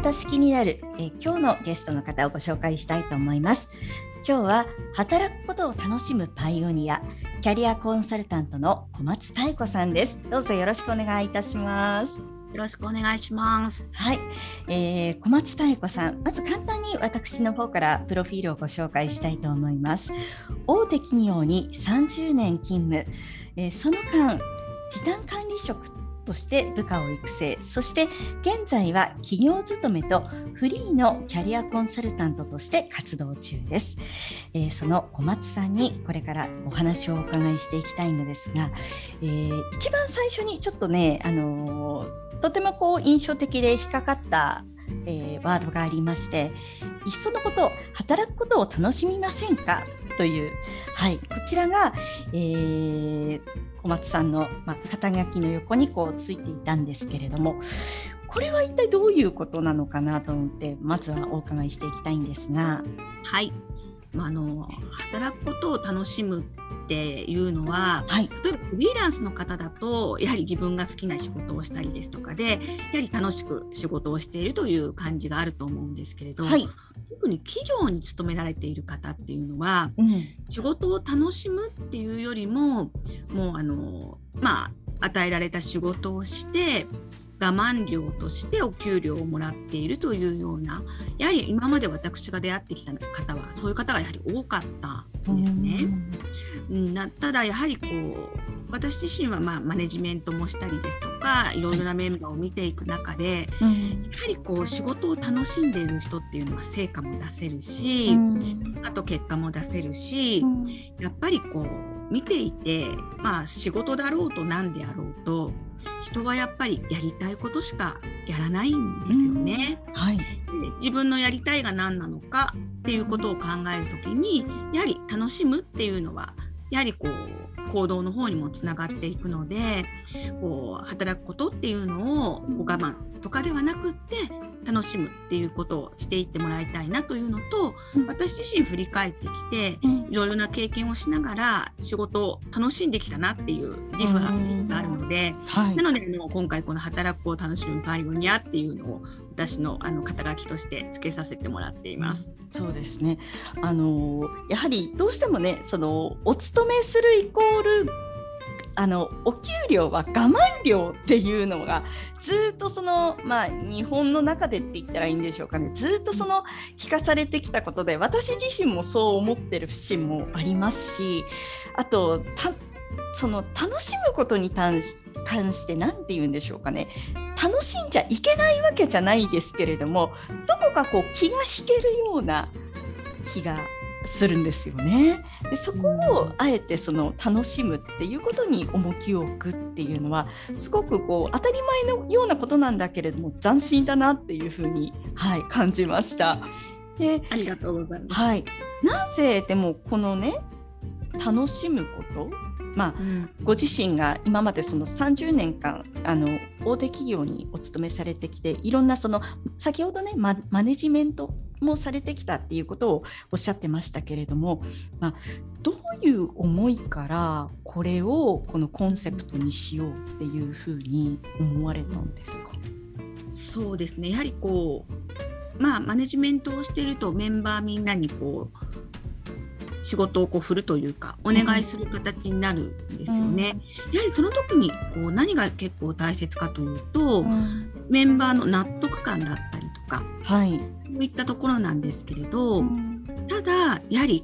私気になる、今日のゲストの方をご紹介したいと思います。今日は働くことを楽しむパイオニア、キャリアコンサルタントの小松妙子さんです。どうぞよろしくお願いいたします。 よろしくお願いします。 はい、小松妙子さん、まず簡単に私の方からプロフィールをご紹介したいと思います。大手企業に30年勤務、その間時短管理職として部下を育成、そして現在は企業勤めとフリーのキャリアコンサルタントとして活動中です。その小松さんにこれからお話をお伺いしていきたいのですが、一番最初にちょっとね、とても印象的で引っかかったワードがありまして、いっそのこと働くことを楽しみませんかという、はい、こちらが、小松さんの、肩書きの横についていたんですけれども、これは一体どういうことなのかなと思ってまずはお伺いしていきたいんですが。 はい、働くことを楽しむっていうのは、はい、例えばフリーランスの方だとやはり自分が好きな仕事をしたりですとかで、やはり楽しく仕事をしているという感じがあると思うんですけれど、はい、特に企業に勤められている方っていうのは、仕事を楽しむっていうよりも、もう与えられた仕事をして我慢料としてお給料をもらっているというような、やはり今まで私が出会ってきた方はそういう方がやはり多かったんですね。ただやはり私自身はマネジメントもしたりですとか、いろいろなメンバーを見ていく中で、やはり仕事を楽しんでいる人っていうのは成果も出せるし、あと結果も出せるし、やっぱり見ていて、仕事だろうと何であろうと人はやっぱりやりたいことしかやらないんですよね。はい、で自分のやりたいが何なのかっていうことを考えるときに、やはり楽しむっていうのはやはり行動の方にもつながっていくので、働くことっていうのを我慢とかではなくって楽しむっていうことをしていってもらいたいなというのと、私自身振り返ってきて、いろいろな経験をしながら仕事を楽しんできたなっていう自負があるので、なので今回この働くを楽しむパイオニアっていうのを私の肩書きとして付けさせてもらっています。 そうですね。やはりどうしてもね、お勤めするイコールお給料は我慢料っていうのがずっと日本の中でって言ったらいいんでしょうかね、ずっと聞かされてきたことで、私自身もそう思ってる節もありますし、あと楽しむことに関して何て言うんでしょうかね、楽しんじゃいけないわけじゃないですけれども、どこか気が引けるような気がするんですよね。でそこをあえて楽しむっていうことに重きを置くっていうのは、すごく当たり前のようなことなんだけれども斬新だなっていうふうに、感じました。 で、ありがとうございます。 なぜでもこのね、楽しむこと、ご自身が今まで30年間大手企業にお勤めされてきて、いろんな先ほどね、マネジメントもされてきたっていうことをおっしゃってましたけれども、どういう思いからこれをこのコンセプトにしようっていうふうに思われたんですか？ そうですね、やはりマネジメントをしているとメンバーみんなに仕事を振るというかお願いする形になるんですよね。やはりその時に何が結構大切かというと、メンバーの納得感だったりとか、そういったところなんですけれど、ただやはり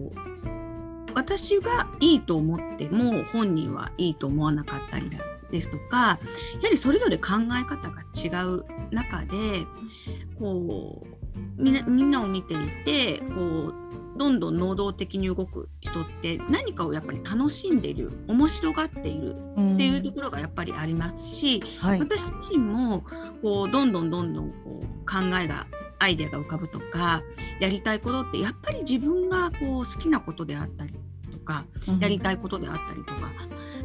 私がいいと思っても本人はいいと思わなかったりですとか、やはりそれぞれ考え方が違う中でみんなを見ていてどんどん能動的に動く人って何かをやっぱり楽しんでいる、面白がっているっていうところがやっぱりありますし、私自身もどんどんアイデアが浮かぶとか、やりたいことってやっぱり自分が好きなことであったりとか、やりたいことであったりとか、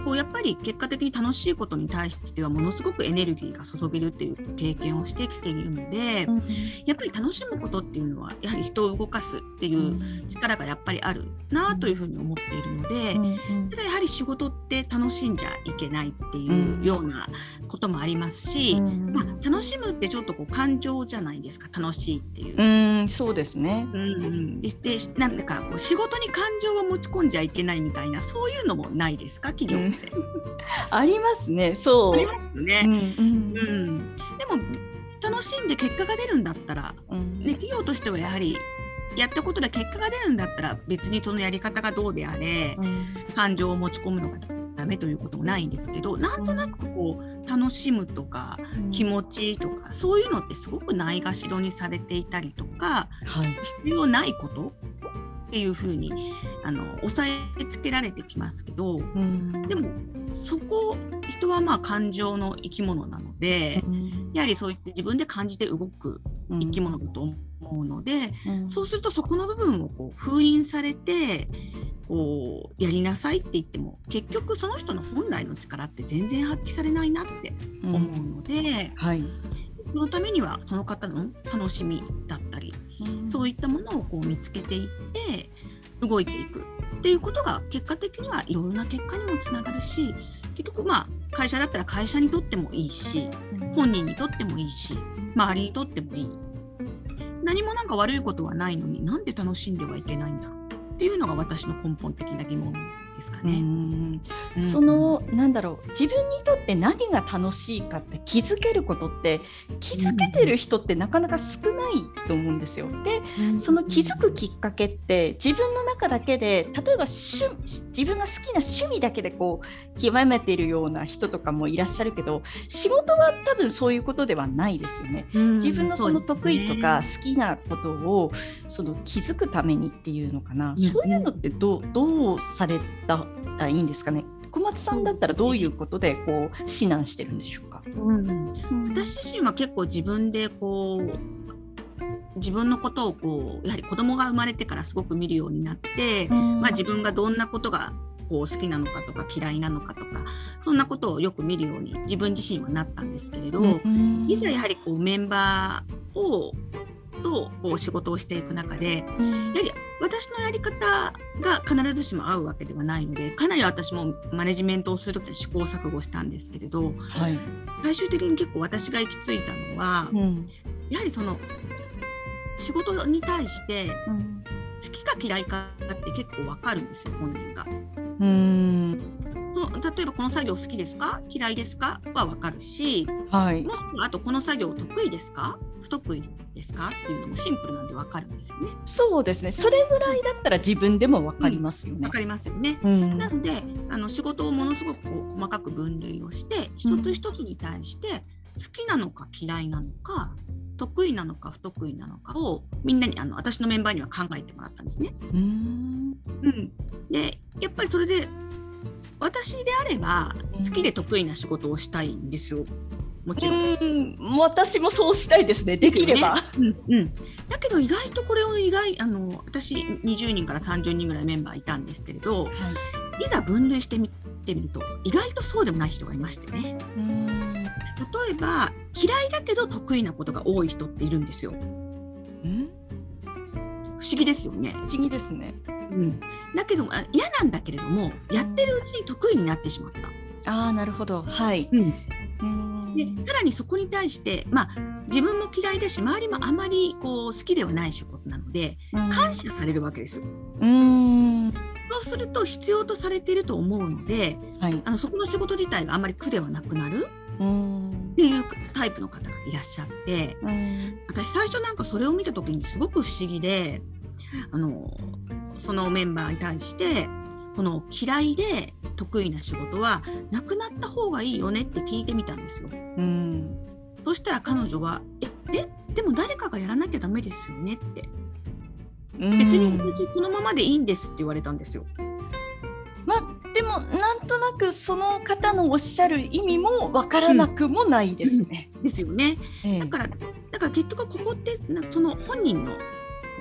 こうやっぱり結果的に楽しいことに対してはものすごくエネルギーが注げるっていう経験をしてきているので、やっぱり楽しむことっていうのはやはり人を動かすっていう力がやっぱりあるなというふうに思っているので、ただやはり仕事って楽しんじゃいけないっていうようなこともありますし、楽しむってちょっとこう感情じゃないですか、楽しいっていう。 そうですね。 でなんだかこう仕事に感情を持ち込んじゃいけないみたいな、そういうのもないですか、企業って。 ありますね。そう。 ありますね。でも楽しんで結果が出るんだったら、企業としてはやはりやったことで結果が出るんだったら別にそのやり方がどうであれ、感情を持ち込むのがダメということもないんですけど、なんとなくこう楽しむとか気持ちとか、そういうのってすごくないがしろにされていたりとか、必要ないことっていうふうに抑えつけられてきますけど、でもそこ、人は感情の生き物なので、やはりそういって自分で感じて動く生き物だと思うので、そうするとそこの部分をこう封印されてこうやりなさいって言っても、結局その人の本来の力って全然発揮されないなって思うので、そのためにはその方の楽しみだったり、そういったものをこう見つけていって動いていくっていうことが結果的にはいろんな結果にもつながるし、結局会社だったら会社にとってもいいし、本人にとってもいいし、周りにとってもいい。何もなんか悪いことはないのに、なんで楽しんではいけないんだろうっていうのが私の根本的な疑問ですかね。 そのなんだろう、自分にとって何が楽しいかって気づけることって、気づけてる人ってなかなか少ないと思うんですよ。で、その気づくきっかけって自分の中だけで、例えば自分が好きな趣味だけでこう極めているような人とかもいらっしゃるけど、仕事は多分そういうことではないですよね。自分のその得意とか好きなことをその気づくためにっていうのかな、そういうのってどうされたらいいんですかね。小松さんだったらどういうことでこう指南してるんでしょうか。 私自身は結構自分でこう自分のことをこうやはり子供が生まれてからすごく見るようになって、自分がどんなことがこう好きなのかとか嫌いなのかとか、そんなことをよく見るように自分自身はなったんですけれど、いざやはりこうメンバーとこう仕事をしていく中で、やはり私のやり方が必ずしも合うわけではないので、かなり私もマネジメントをするときに試行錯誤したんですけれど、最終的に結構私が行き着いたのは、やはりその仕事に対して好きか嫌いかって結構分かるんですよ、本人が。例えばこの作業好きですか嫌いですかは分かるし、もしくはあとこの作業得意ですか不得意ですかっていうのもシンプルなんで分かるんですよね。 そうですね。それぐらいだったら自分でも分かりますよね。 分かりますよね。なので仕事をものすごくこう細かく分類をして、一つ一つに対して好きなのか嫌いなのか得意なのか不得意なのかをみんなに私のメンバーには考えてもらったんですね。でやっぱりそれで私であれば好きで得意な仕事をしたいんですよ。もちろん。 私もそうしたいですね。できれば。 だけど意外とこれを私20人から30人ぐらいメンバーいたんですけれど、いざ分類してみると意外とそうでもない人がいましてね。例えば嫌いだけど得意なことが多い人っているんですよ。不思議ですよね。 不思議ですね。 だけど嫌なんだけれども、やってるうちに得意になってしまった。 なるほど。 でさらにそこに対して、自分も嫌いだし周りもあまりこう好きではない仕事なので、感謝されるわけです。そうすると必要とされていると思うので、そこの仕事自体があまり苦ではなくなるっていうタイプの方がいらっしゃって、私最初なんかそれを見た時にすごく不思議で、そのメンバーに対してこの嫌いで得意な仕事はなくなった方がいいよねって聞いてみたんですよ。そしたら彼女はでも誰かがやらなきゃダメですよねって、別に私このままでいいんですって言われたんですよ。 でもなんとなくその方のおっしゃる意味もわからなくもないですね。 ですよね。だから結局ここってその本人の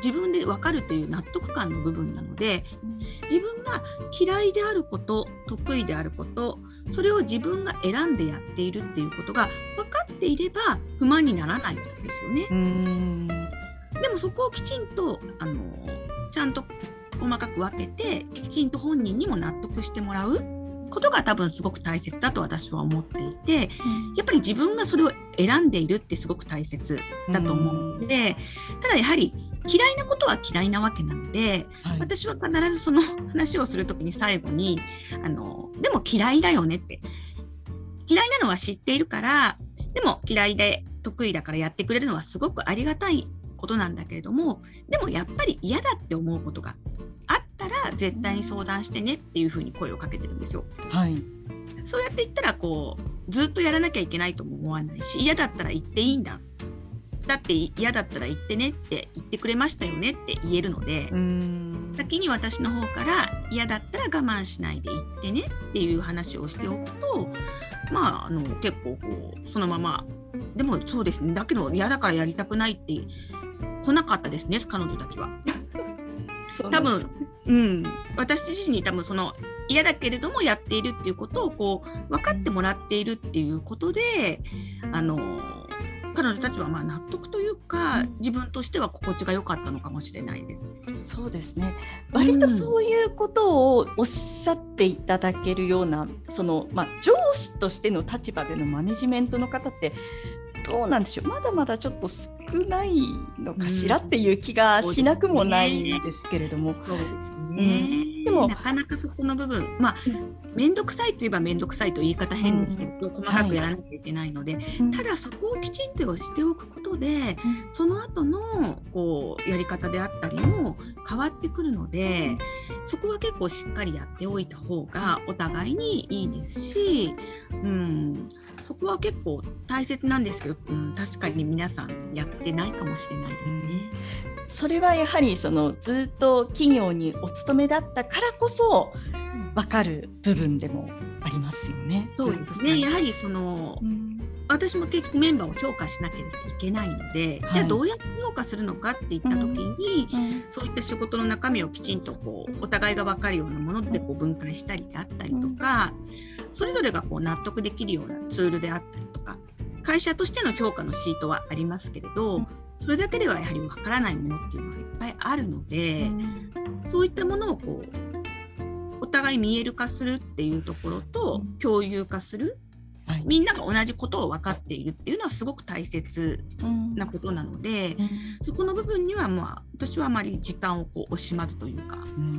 自分で分かるという納得感の部分なので、自分が嫌いであること得意であること、それを自分が選んでやっているっていうことが分かっていれば不満にならないんですよね。でもそこをきちんとちゃんと細かく分けて、きちんと本人にも納得してもらうことが多分すごく大切だと私は思っていて、やっぱり自分がそれを選んでいるってすごく大切だと思うので、ただやはり嫌いなことは嫌いなわけなので、私は必ずその話をするときに最後にでも嫌いだよねって、嫌いなのは知っているから、でも嫌いで得意だからやってくれるのはすごくありがたいことなんだけれども、でもやっぱり嫌だって思うことがあったら絶対に相談してねっていうふうに声をかけてるんですよ。そうやって言ったらずっとやらなきゃいけないとも思わないし、嫌だったら言っていいんだ、だって嫌だったら言ってねって言ってくれましたよねって言えるので、先に私の方から嫌だったら我慢しないで言ってねっていう話をしておくと、結構そのまま、でもそうですね、だけど嫌だからやりたくないって来なかったですね、彼女たちは。多分、私自身に多分その嫌だけれどもやっているっていうことを分かってもらっているっていうことで、彼女たちは納得というか、自分としては心地が良かったのかもしれないです。 そうですね。割とそういうことをおっしゃっていただけるような、上司としての立場でのマネジメントの方ってどうなんでしょう。まだまだちょっと少ないのかしらっていう気がしなくもないですけれども。 そうですね。でもなかなかそこの部分、めんどくさいといえばめんどくさいと言い方変ですけど、細かくやらなきゃいけないので、ただそこをきちんとしておくことで、その後のやり方であったりも変わってくるので、そこは結構しっかりやっておいた方がお互いにいいですし、そこは結構大切なんですけど、確かに皆さんやってないかもしれないですね。 それはやはりずっと企業にお勤めだったからこそ分かる部分でもありますよね。 そうですね。やはり私も結局メンバーを評価しなければいけないので、じゃあどうやって評価するのかっていった時に、そういった仕事の中身をきちんとお互いが分かるようなもので分解したりであったりとか、それぞれが納得できるようなツールであったりとか、会社としての評価のシートはありますけれど、それだけではやはり分からないものっていうのがいっぱいあるので、そういったものをお互い見える化するっていうところと共有化する、みんなが同じことを分かっているっていうのはすごく大切なことなので、そこの部分には私はあまり時間を惜しまずというか、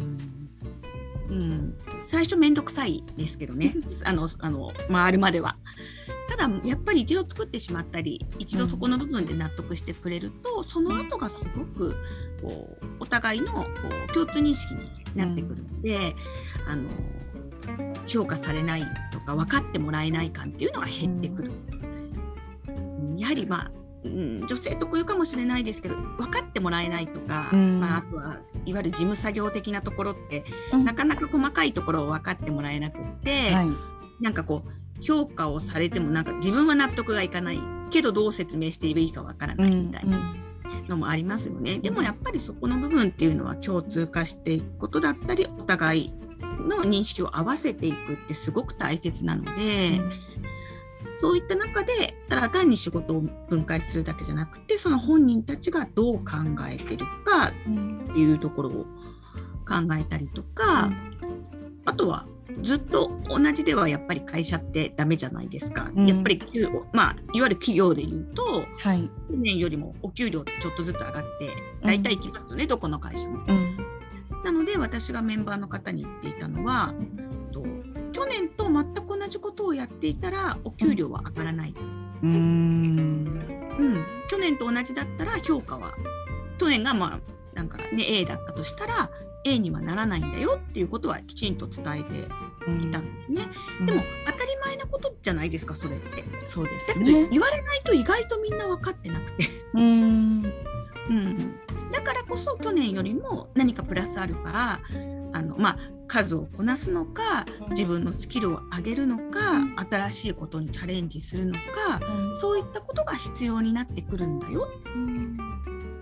最初めんどくさいですけどね回るまでは。ただやっぱり一度作ってしまったり、一度そこの部分で納得してくれると、その後がすごくお互いの共通認識になってくるので、評価されないとか分かってもらえない感っていうのが減ってくる。やはり女性特有かもしれないですけど、分かってもらえないとか、あとはいわゆる事務作業的なところって、なかなか細かいところを分かってもらえなくって、なんか評価をされても自分は納得がいかないけど、どう説明していいか分からないみたいなのもありますよね。でもやっぱりそこの部分っていうのは共通化していくことだったり、お互いの認識を合わせていくってすごく大切なので、そういった中でただ単に仕事を分解するだけじゃなくて、その本人たちがどう考えてるかっていうところを考えたりとか、あとはずっと同じではやっぱり会社ってダメじゃないですか。やっぱりいわゆる企業でいうと、去年よりもお給料ってちょっとずつ上がって大体いきますよね、どこの会社も。なので私がメンバーの方に言っていたのは、去年と全く同じことをやっていたらお給料は上がらない。去年と同じだったら評価は、去年がA だったとしたら A にはならないんだよっていうことはきちんと伝えていたんですね。でも当たり前なことじゃないですか、それって。 そうですね。 だけど言われないと意外とみんな分かってなくてだからこそ去年よりも何かプラスアルファ数をこなすのか、自分のスキルを上げるのか、新しいことにチャレンジするのか、そういったことが必要になってくるんだよ。でも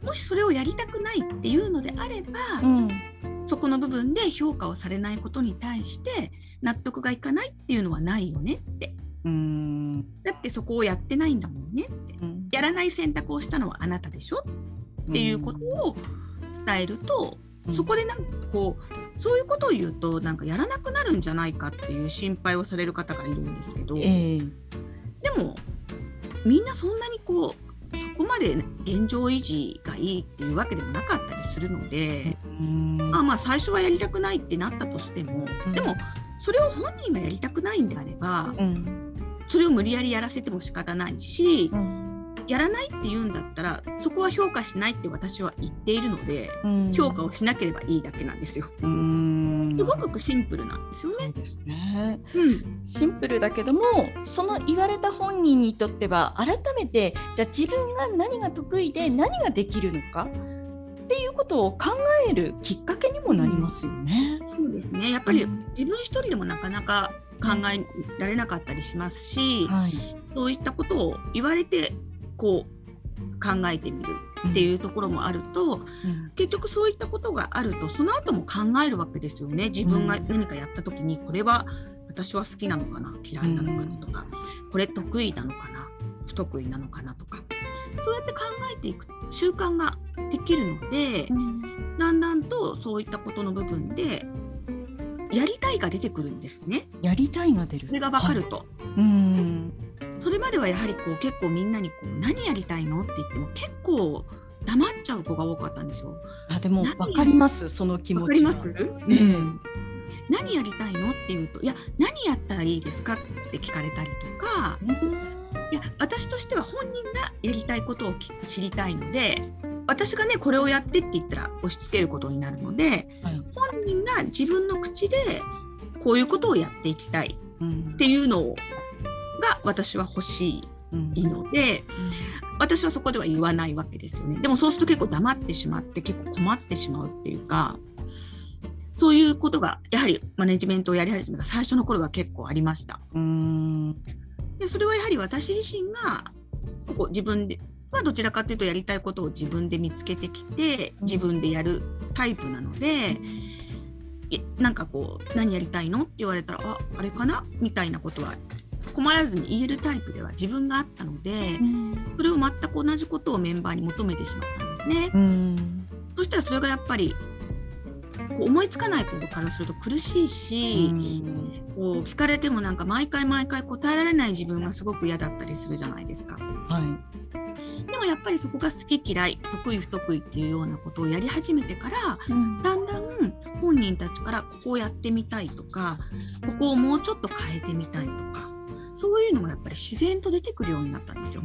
もしそれをやりたくないっていうのであれば、そこの部分で評価をされないことに対して納得がいかないっていうのはないよねって。だってそこをやってないんだもんねって、やらない選択をしたのはあなたでしょっていうことを伝えると、そこでなんかこうそういうことを言うとなんかやらなくなるんじゃないかっていう心配をされる方がいるんですけど、でもみんなそんなにこうそこまで現状維持がいいっていうわけでもなかったりするので、まあ最初はやりたくないってなったとしても、でもそれを本人がやりたくないんであれば、それを無理やりやらせても仕方ないし、やらないって言うんだったらそこは評価しないって私は言っているので、評価をしなければいいだけなんですよ。すごくシンプルなんですよね。 そうですね、シンプルだけども、その言われた本人にとっては改めてじゃあ自分が何が得意で何ができるのかっていうことを考えるきっかけにもなりますよね。 そうですね。やっぱり自分一人でもなかなか考えられなかったりしますし、そういったことを言われてこう考えてみるっていうところもあると、結局そういったことがあるとその後も考えるわけですよね。自分が何かやった時にこれは私は好きなのかな、嫌いなのかなとか、これ得意なのかな、不得意なのかなとか、そうやって考えていく習慣ができるので、だんだんとそういったことの部分でやりたいが出てくるんですね。 やりたいが出る。 それが分かると。それまではやはりこう結構みんなにこう何やりたいのって言っても結構黙っちゃう子が多かったんですよ。 でも分かります、その気持ち。 分かります？何やりたいのって言うと、いや何やったらいいですかって聞かれたりとか、いや私としては本人がやりたいことを知りたいので、私がねこれをやってって言ったら押し付けることになるので、本人が自分の口でこういうことをやっていきたいっていうのが私は欲しいので、私はそこでは言わないわけですよね。でもそうすると結構黙ってしまって結構困ってしまうっていうか、そういうことがやはりマネジメントをやり始めた最初の頃は結構ありました。でそれはやはり私自身がここ自分でどちらかというとやりたいことを自分で見つけてきて自分でやるタイプなので、なんかこう何やりたいのって言われたらあれかなみたいなことは困らずに言えるタイプでは自分があったので、それを全く同じことをメンバーに求めてしまったんですね。そしたらそれがやっぱりこう思いつかないことからすると苦しいし、こう聞かれてもなんか毎回答えられない自分がすごく嫌だったりするじゃないですか。でもやっぱりそこが好き嫌い得意不得意っていうようなことをやり始めてから、だんだん本人たちからここをやってみたいとか、ここをもうちょっと変えてみたいとか、そういうのがやっぱり自然と出てくるようになったんですよ。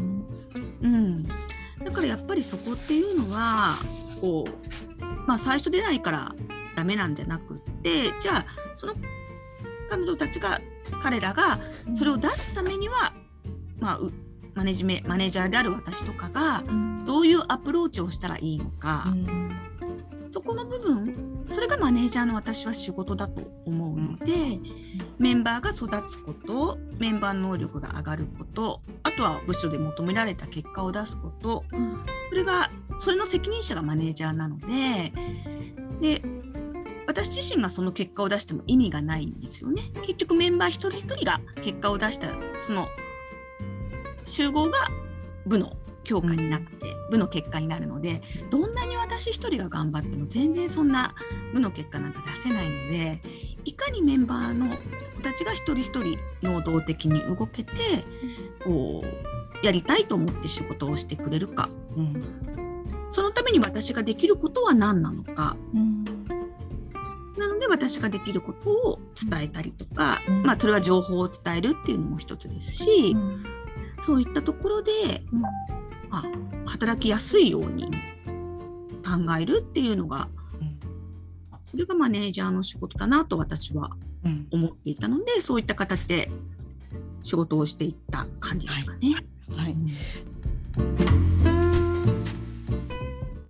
だからやっぱりそこっていうのはこう、最初出ないからダメなんじゃなくって、じゃあその彼女たちが彼らがそれを出すためには、マネージャーである私とかがどういうアプローチをしたらいいのか、そこの部分、それがマネージャーの私は仕事だと思うので、メンバーが育つこと、メンバーの能力が上がること、あとは部署で求められた結果を出すこと、それの責任者がマネージャーなので、私自身がその結果を出しても意味がないんですよね。結局メンバー一人一人が結果を出したその集合が部の評価になって、部の結果になるので、どんなに私一人が頑張っても全然そんな部の結果なんか出せないので、いかにメンバーの子たちが一人一人能動的に動けて、こうやりたいと思って仕事をしてくれるか、そのために私ができることは何なのか、なので私ができることを伝えたりとか、それは情報を伝えるっていうのも一つですし、そういったところで、働きやすいように考えるっていうのが、それがマネージャーの仕事だなと私は思っていたので、そういった形で仕事をしていった感じですかね。